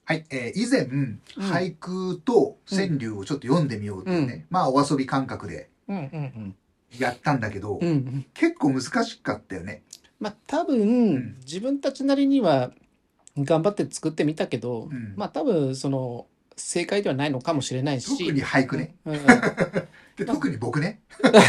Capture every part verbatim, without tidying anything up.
はい、えー、以前、うん、俳句と川柳をちょっと読んでみようっていうね、うん、まあお遊び感覚でやったんだけど、うんうん、結構難しかったよね。 まあ多分、うん、自分たちなりには頑張って作ってみたけど、うん、まあ多分その正解ではないのかもしれないし、 特に俳句ね、うんうん、で特に僕ね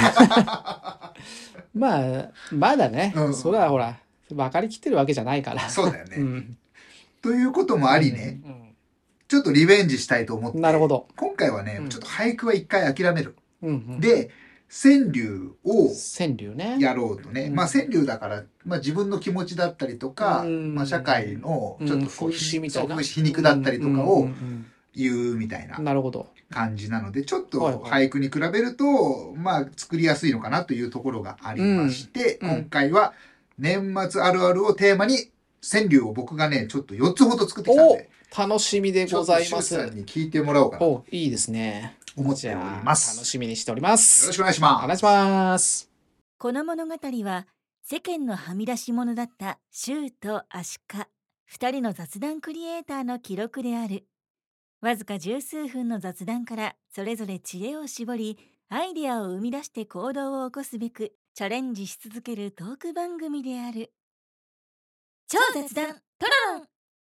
まあまだね、うん、それはほら分かりきってるわけじゃないからそうだよね、うん、ということもありね、うんうん、ちょっとリベンジしたいと思って、 なるほど、 今回はね、うん、ちょっと俳句は一回諦める、うんうん、で川柳を川柳ねやろうとね、うん、まあ川柳だから、まあ、自分の気持ちだったりとか、まあ、社会のちょっとこう、うん、風刺みたいな皮肉だったりとかを言うみたいな感じなので、ちょっと俳句に比べるとまあ作りやすいのかなというところがありまして、うん、今回は年末あるあるをテーマに川柳を僕がねちょっとよっつほど作ってきたんで、 楽しみでございます。 ちょっとシュウさんに聞いてもらおうかな。 お、いいですね。 思っております。 楽しみにしております。 よろしくお願いします。 お願いします。 この物語は世間のはみ出し者だったシュウとアシカ二人の雑談クリエイターの記録である。わずか十数分の雑談からそれぞれ知恵を絞り、アイデアを生み出して行動を起こすべくチャレンジし続けるトーク番組である。超雑談トロロン。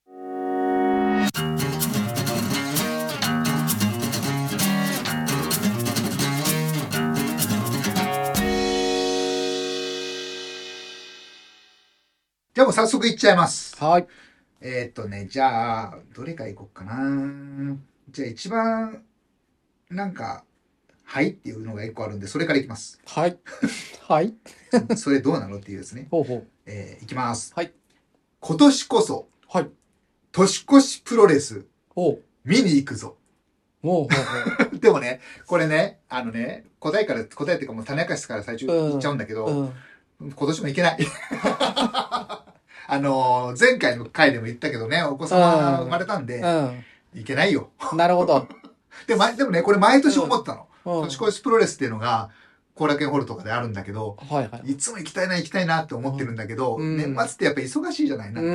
じゃあもう早速いっちゃいます。 はい。 えー、っとね、じゃあ、どれからいこうかな。じゃあ一番、なんか、はいっていうのが一個あるんで、それからいきます。 はい。はい。 それどうなのっていうですね。 ほうほう。 えー、いきます。 はい。 今年こそ、 はい。 年越しプロレス、 お見に行くぞ。 おでもね、これね、あのね、答えから、答えっていうかもう種明かしから最初言っちゃうんだけど、うんうん、今年も行けない。あのー、前回の回でも言ったけどね、お子様生まれたんで、うん、いけないよ。 なるほど。 で、ま、でもね、これ毎年思ったの。うん、年越しプロレスっていうのが、後楽園ホールとかであるんだけど、はいはい、いつも行きたいな行きたいなって思ってるんだけど、うん、年末ってやっぱ忙しいじゃないなんか、うん、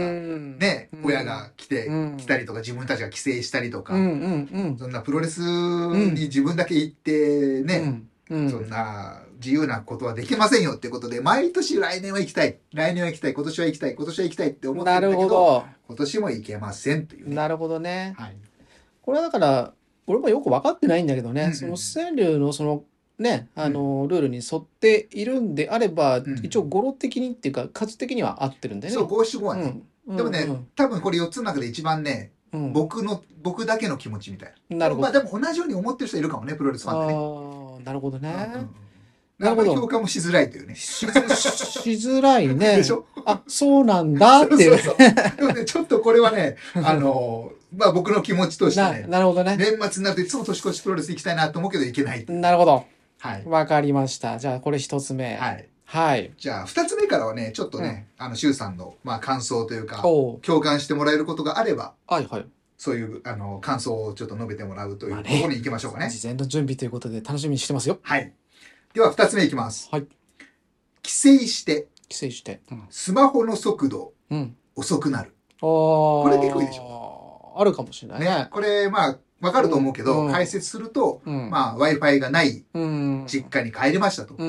ね、うん、親が来て、うん、来たりとか自分たちが帰省したりとか、うんうんうん、そんなプロレスに自分だけ行ってね、うんうん、そんな自由なことはできませんよっていうことで、毎年来年は行きたい、来年は行きたい、今年は行きたい、今年は行きたいって思ってるんだけど、なるほど、今年も行けませんという、ね。 なるほどね。はい。これはだから、俺もよく分かってないんだけどね、うんうん、その川柳のそのね、あの、うん、ルールに沿っているんであれば、うん、一応語呂的にっていうか、数的には合ってるんだよね。 そう、五七五はね。うん、でもね、うん、多分これよっつの中で一番ね、うん、僕の、僕だけの気持ちみたいな。なるほど。まあでも同じように思ってる人いるかもね、プロレスファンでね。 ああ、なるほどね。うんうん、 なるほど。評価もしづらいというね。 し, しづらいね。でしょ？あ、そうなんだっていう。そうそうそうでもね、ちょっとこれはね、あの、まあ僕の気持ちとしてね。 な, なるほどね。 年末になるといつも年越しプロレス行きたいなと思うけど行けない。 なるほど。はい。わかりました。じゃあこれ一つ目。 はい。 はい。 じゃあ二つ目からはね、ちょっとね、うん、あの、シュウさんの、まあ感想というか、共感してもらえることがあれば、 はいはい。 そういう、あの、感想をちょっと述べてもらうというところに行きましょうかね。まあね、 事前の準備ということで楽しみにしてますよ。 はい。では二つ目いきます。 はい。 帰省して、 帰省して、 うん、スマホの速度、うん、遅くなる。 あこれ結構いいでしょ。 あるかもしれないね。 ねこれ、まあ、わかると思うけど、うん、解説すると、うん、まあ、Wi-Fi がない実家に帰りましたと。うん、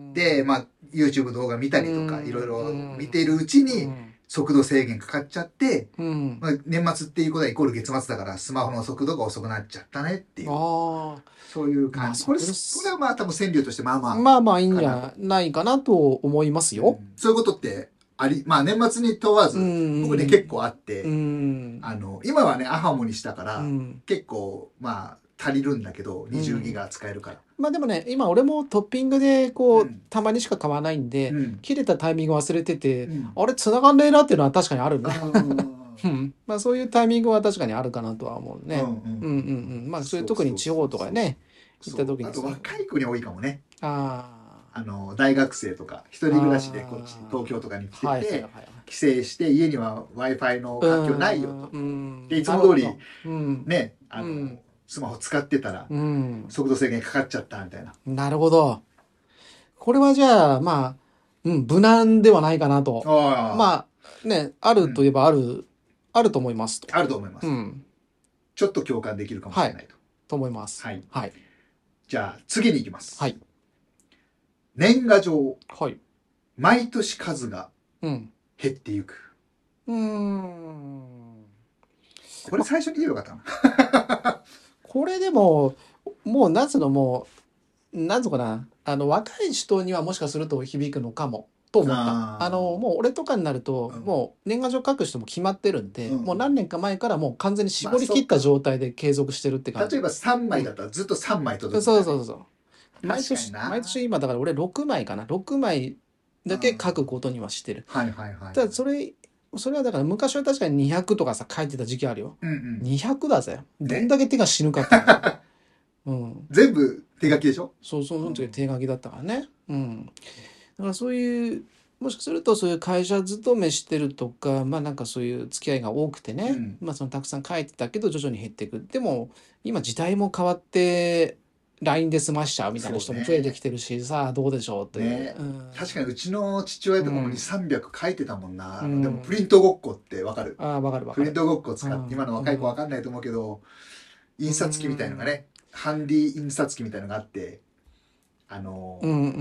で、まあ、YouTube 動画見たりとか、いろいろ見ているうちに、速度制限かかっちゃって、うんまあ、年末っていうことはイコール月末だから、スマホの速度が遅くなっちゃったねっていう。あそういう感じ。まあ、これ、これはまあ多分川柳としてまあまあ。 まあまあいいんじゃないかなと思いますよ。 うん、そういうことってあり、まあ年末に問わず、僕ね結構あって、うんあの、今はね、アハモにしたから、うん、結構まあ足りるんだけど、にじゅうギガ使えるから。うん、 まあでもね、今俺もトッピングでこう、うん、たまにしか買わないんで、うん、切れたタイミング忘れてて、うん、あれ繋がんねえなっていうのは確かにあるね。うん、まあそういうタイミングは確かにあるかなとは思うね。うんうんうんうん。まあそういう特に地方とかね、行った時に。 あと若い子に多いかもね。ああ。あの、大学生とか、一人暮らしでこっち、東京とかに来てて、はいはいはい、帰省して家には Wi-Fi の環境ないよと。で、いつも通り、ね、あの、うん、スマホ使ってたら、速度制限かかっちゃったみたいな。 なるほど。これはじゃあ、まあ、うん、無難ではないかなと。あまあ、ね、あるといえばあるあると思いますと。 あると思います。うん。ちょっと共感できるかもしれないと。はい、 と思います。 はい。 はい。 じゃあ、次に行きます。 はい。 年賀状。 はい。 毎年数が減っていく。うん。うんこれ最初に言えばよかったな。 これでも、もう、なんつうの、もう、なんつうかな、あの、若い人にはもしかすると響くのかも。と思った。あの、もう俺とかになると、うん、もう年賀状書く人も決まってるんで、うん、もう何年か前からもう完全に絞り切った状態で継続してるって感じ。 例えばさんまいだったらずっとさんまい届く、ね、 そうそうそうそう。毎年、毎年今だから俺ろくまいかな。ろくまいだけ書くことにはしてる。 はいはいはい。 ただそれ、それはだから昔は確かににひゃくとかさ書いてた時期あるよ。うんうん、にひゃくだぜ。どんだけ手が死ぬかって、ねうん。全部手書きでしょ？ そうそう、その時手書きだったからね。うん。だからそういう、もしかするとそういう会社勤めしてるとか、まあなんかそういう付き合いが多くてね、うん、まあそのたくさん書いてたけど徐々に減っていく。でも今時代も変わって ライン で済ましちゃうみたいな人も増えてきてるし、ね、さあどうでしょうっていう、ねうん、確かにうちの父親とかもにせんさんびゃく書いてたもんな、うん、でもプリントごっこってわかる？ ああわかるわかる。 プリントごっこ使って、今の若い子わかんないと思うけど、うん、印刷機みたいのがね、ハンディ印刷機みたいのがあって、あのー、うんうんうん、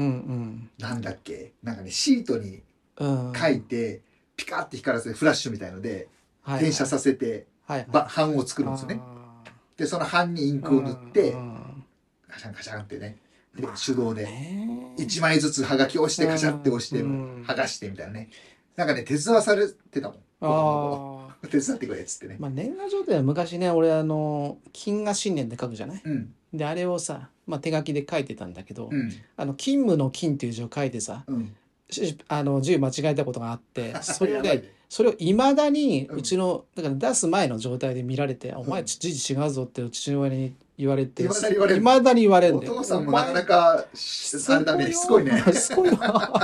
なんだっけ、なんかねシートに書いてピカッて光らせてフラッシュみたいので転写させて版を作るんですよね。でその版にインクを塗ってカシャンカシャンってね、で手動でいちまいずつはがき押してカシャって押して剥がしてみたいなね、なんかね手伝わされてたもん。あ手伝ってくれっつってね。 まあ年賀状では昔ね、俺あの金が新年で書くじゃない、うん、であれをさ、まあ、手書きで書いてたんだけど、うん、あの勤務の勤っていう字を書いてさ、うんあの字間違えたことがあってそれでそれをいまだにうちのだから出す前の状態で見られて、うん、お前字違うぞって父親に言われていまだに言われるんだよ。 お父さんもなかなかあれだね、すごいねすごいよ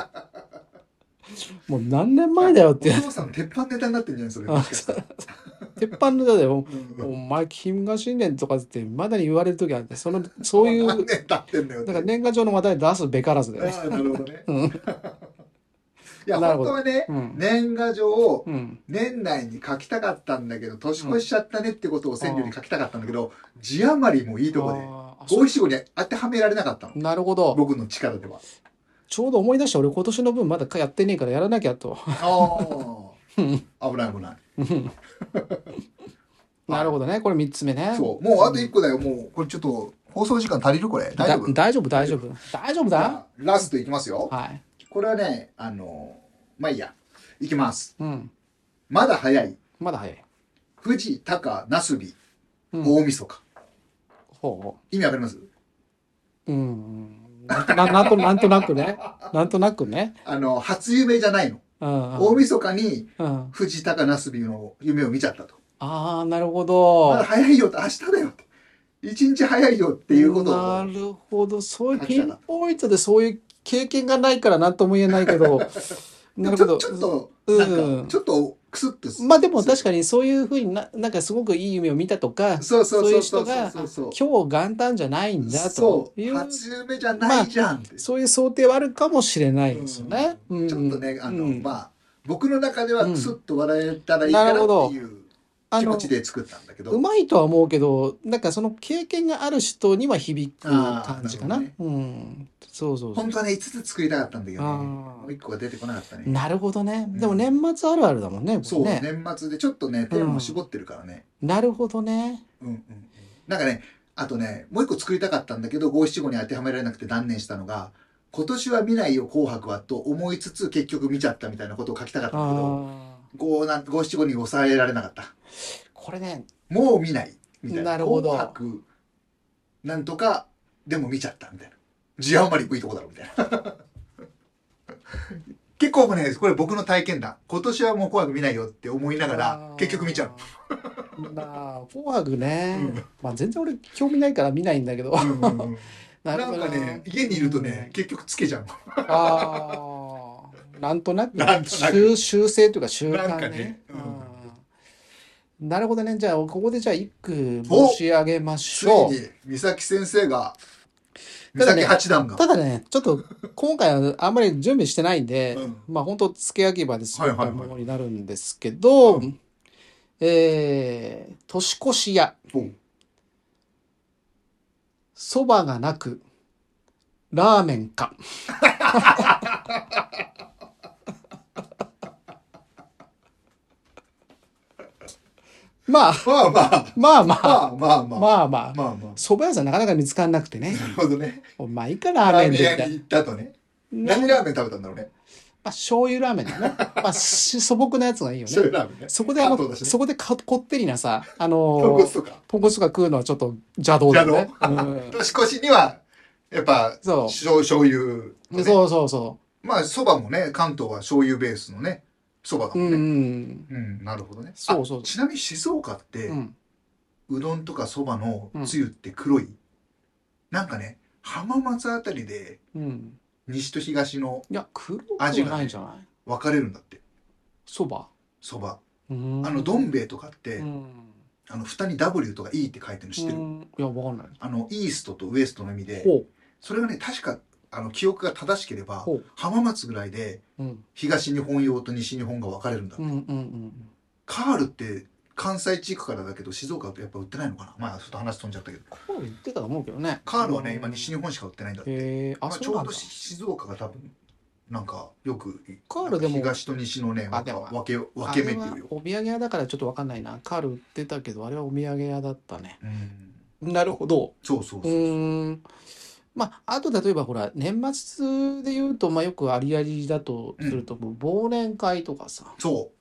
もう何年前だよってお父さんの鉄板ネタになってるんじゃないそれもしかしたら鉄板ネタだよ、うん、お前金が新年とかってまだに言われる時あって、そのそういう何年経ってんだよだから年賀状の話題出すべからずだよ。 あなるほどね、うん、いや本当はね、うん、年賀状を年内に書きたかったんだけど、年越しちゃったねってことを川柳に書きたかったんだけど、字余りもいいとこで五七五に当てはめられなかったの。 なるほど。 僕の力では。 ちょうど思い出した、俺今年の分まだやってねえからやらなきゃと。ああ危ない危ないなるほどね、これみっつめね。 そうもうあといっこだよ。もうこれちょっと放送時間足りる？これ大丈夫？ 大丈夫大丈夫大丈夫だ。 ラストいきますよ。 はい。 これはね、あのまあいいや、いきます。うん。まだ早い。 まだ早い。 富士高なすび大晦日。ほうほう。意味わかります？ うん。なんとなんとなんとなくね。なんとなくね。 あの初夢じゃないの。大晦日に富士高なすびの夢を見ちゃったと。 ああ、なるほど。 まだ早いよって、明日だよって。一日早いよっていうことを。 なるほど。そういうピンポイントでそういう経験がないから何とも言えないけど。 なるほど。ちょっと、なんか、ちょっとクスッとする。 まあでも確かにそういうふうにな、なんかすごくいい夢を見たとか、 そうそうそうそうそういう人が、今日元旦じゃないんだという。 初夢じゃないじゃんって、 まあ。そういう想定はあるかもしれないですよね。 うん、ちょっとね、あの、うん、まあ、僕の中ではクスッと笑えたらいいかなっていう。気持ちで作ったんだけど、 うまいとは思うけど、なんかその経験がある人には響く感じかな。ね、うん。そうそうそう。 本当はね、いつつ作りたかったんだけどね。もういっこが出てこなかったね。 なるほどね。でも年末あるあるだもんね。 うん、そう、年末でちょっとね、テーマを絞ってるからね。 うん、なるほどね。 うんうん。なんかね、あとね、もういっこ作りたかったんだけど、五七五に当てはめられなくて断念したのが、今年は見ないよ紅白はと思いつつ結局見ちゃったみたいなことを書きたかったんだけど、五七五に抑えられなかった。 これね、 もう見ないみたいな。 なるほど。 紅白なんとかでも見ちゃったみたいな。字余りいいとこだろみたいな。結構ね、これ僕の体験談。今年はもう紅白見ないよって思いながら結局見ちゃう。なあ、紅白ね、うん、まあ全然俺興味ないから見ないんだけど。うんうんうん、 なんかね、家にいるとね、うん、結局つけちゃう。 ああ、なんとなく習習性というか習慣ね。なんかね。うん、なるほどね。じゃあここでじゃあ一句申し上げましょう。 ついに三崎先生が、三崎八段が。 ただね、ちょっと今回はあんまり準備してないんで、うん、まあ本当付け焼き場でそういったものになるんですけど、はいはいはい、 えー、年越し屋。そばがなく、ラーメンか。まあ、 まあまあ、 まあまあ、 まあまあ、 まあまあ、 まあまあ。 蕎麦屋さんなかなか見つからなくてね。 なるほどね。 まあいいか、ラーメンで。 ラーメン屋に行ったとね。何ラーメン食べたんだろうね。 まあ、醤油ラーメンだね。まあ、素朴なやつがいいよね。 醤油ラーメンね。 そこであの、ね、そこでかこってりなさ、あのー、 豚骨とか。 豚骨とか食うのはちょっと邪道だよね。 邪道、うん、年越しには、やっぱ、そう。醤油、 ね。そうそうそう。 まあ、蕎麦もね、関東は醤油ベースのね、蕎麦だもんね。うん。うん、なるほどね。そうそう。ちなみに静岡って、うん、うどんとか蕎麦のつゆって黒い、うん、なんかね、浜松あたりで、うん、西と東のいや、黒くはないんじゃない？ 分かれるんだって。 蕎麦？ 蕎麦。あの、どん兵衛とかって、うん、あの、蓋に ダブリュー とか E って書いてるの知ってる？ いや、わかんない。 あの、イーストとウエストの意味で、それがね、確か、あの、記憶が正しければ、浜松ぐらいで、東日本用と西日本が分かれるんだって。うんうんうん、カールって、関西地区からだけど、静岡ってやっぱ売ってないのかな。まあ、ちょっと話飛んじゃったけど。 カール売ってたと思うけどね。 カールはね、今西日本しか売ってないんだって。へまあ、ちょうど静岡が多分、なんか、よく、 カールでも東と西のね、分け、分け目っていうよ。 お土産屋だからちょっと分かんないな。カール売ってたけど、あれはお土産屋だったね。うん。なるほど。 そうそうそう。うん。 まあ、あと例えばほら、年末で言うと、まあよくありありだとすると、うん、忘年会とかさ。 そう。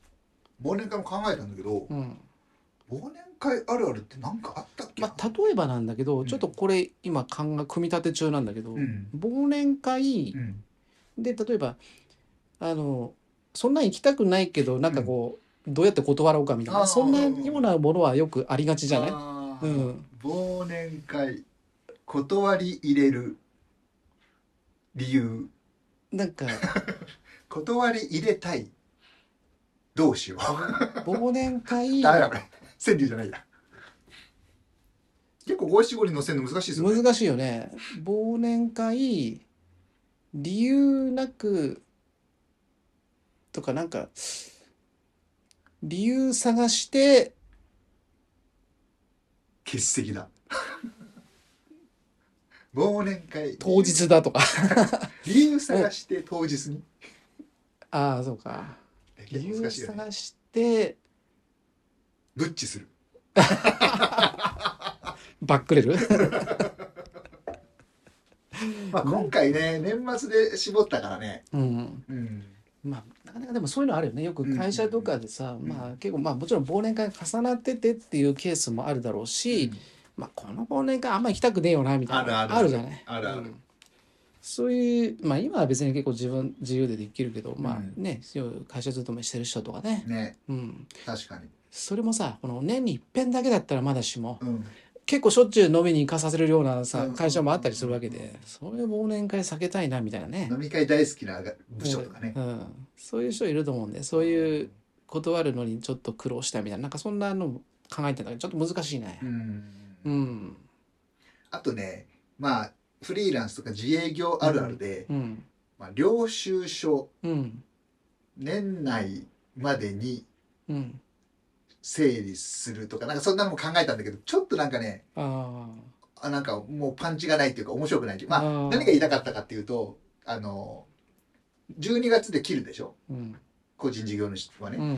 忘年会も考えたんだけど、うん、忘年会あるあるって何かあったっけ？ まあ、例えばなんだけど、うん、ちょっとこれ今考え組み立て中なんだけど、うん、忘年会、うん、で例えばあのそんな行きたくないけどなんかこう、うん、どうやって断ろうかみたいなそんなようなものはよくありがちじゃない？うん、 忘年会断り入れる理由なんか断り入れたいどうしよう忘年会ダメだこれ川柳じゃないや結構五七五に載せるの難しいですよね。 難しいよね。忘年会理由なくとかなんか理由探して欠席だ忘年会当日だとか理由探して当日にああそうか理由探してブッチするバックれるまあ今回ね年末で絞ったからねうん、 うん、まあなかなかでもそういうのあるよねよく会社とかでさ、うん、まあ結構まあもちろん忘年会重なっててっていうケースもあるだろうし、うん、まあこの忘年会あんま行きたくねえよなみたいなあるあるあるじゃないあるある、うん、 そういうまあ今は別に結構自分自由でできるけど、うん、まあね会社勤めしてる人とかねね、うん、確かにそれもさこの年に一遍だけだったらまだしも、うん結構しょっちゅう飲みに行かさせるようなさ会社もあったりするわけでそういう忘年会避けたいなみたいなね飲み会大好きな部署とかね、 うんうん、そういう人いると思うんでそういう断るのにちょっと苦労したみたいななんかそんなの考えてたけどちょっと難しいねうん、 うん、あとねまあフリーランスとか自営業あるあるで、うんうんまあ、領収書、うん、年内までに、うん整理するとかなんかそんなのも考えたんだけどちょっとなんかねああなんかもうパンチがないっていうか面白くないっていうまあ何が言いたかったかっていうとあのじゅうにがつで切るでしょ、うん、個人事業主はね、うんうん、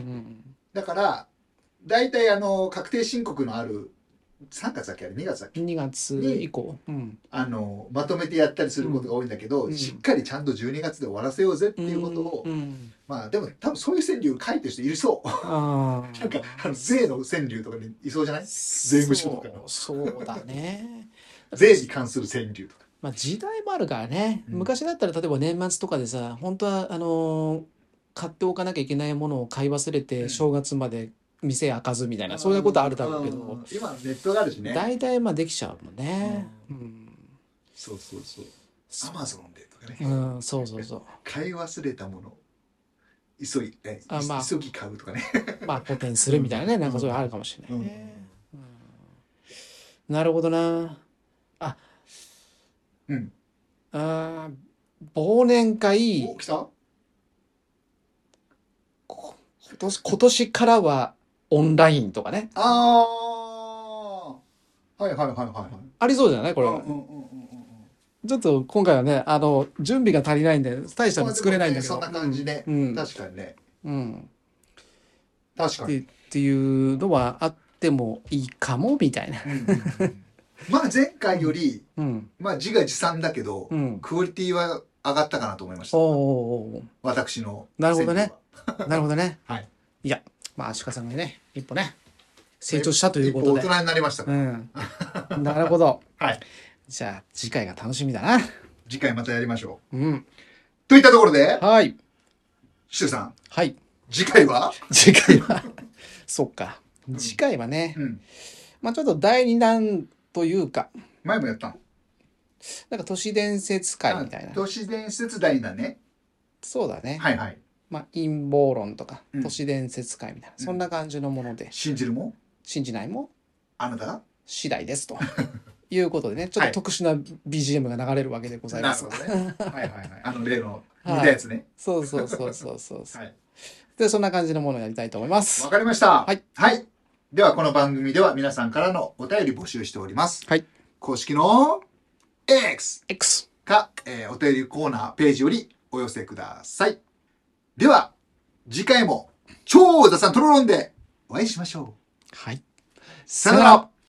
だから大体あの確定申告のあるさんがつだっけあれにがつだっけにがつ以降、 うん、あのまとめてやったりすることが多いんだけど、うん、しっかりちゃんとじゅうにがつで終わらせようぜっていうことを、うんうん、まあでも多分そういう川柳書いてる人いるそうあなんかあの税の川柳とかにいそうじゃない税務署とかのそうだね税に関する川柳とかまあ時代もあるからね、うん、昔だったら例えば年末とかでさ本当はあのー、買っておかなきゃいけないものを買い忘れて正月まで店開かずみたいな、うん、そういうことあるだろうけど今ネットがあるしね大体まあできちゃうもんね、うんうん、 そうそうそうアマゾンでとかねうんそうそうそう買い忘れたもの急ぎえ、あまあ、急ぎ買うとかねまあ補填するみたいなね、うん、なんかそういうのあるかもしれないね、うんうん、なるほどなあうんあ忘年会お来た今年今年からはオンラインとかね。 ああ。はいはいはいはいはい。 ありそうじゃないこれ。うんうんうんうん。ちょっと今回はね、あの、準備が足りないんで、大したの作れないんだけど。 そんな感じで。うん。確かにね。うん。確かに。 っていうのはあってもいいかも、みたいな。 まあ前回より、まあ自画自賛だけど、クオリティは上がったかなと思いました。私の。 なるほどね。なるほどね。はい。いや、まあ、アシカさんがね、一歩ね、成長したということで。 大人になりました。うん。なるほど。はい。じゃあ、次回が楽しみだな。 次回またやりましょう。うん。といったところで、はい。シュウさん。はい。次回は次回はそっか。次回はね、うん、まあちょっとだいに弾というか。 前もやったの？ なんか都市伝説会みたいな。 都市伝説だいだね。 そうだね。はいはい。まあ陰謀論とか、都市伝説会みたいな、うん、そんな感じのもので。 信じるも信じないもあなたが次第ですと。いうことでね、ちょっと特殊な ビージーエム が流れるわけでございます。 なるほどね。はいはいはい。あの例の似たやつね。はい、 そうそうそうそうそう。はい。で、そんな感じのものをやりたいと思います。 わかりました。はい。はい。では、この番組では皆さんからのお便り募集しております。はい。公式の X。 X。 か、えー、お便りコーナーページよりお寄せください。では、次回も超雑談トロロンでお会いしましょう。 はい。 さよなら。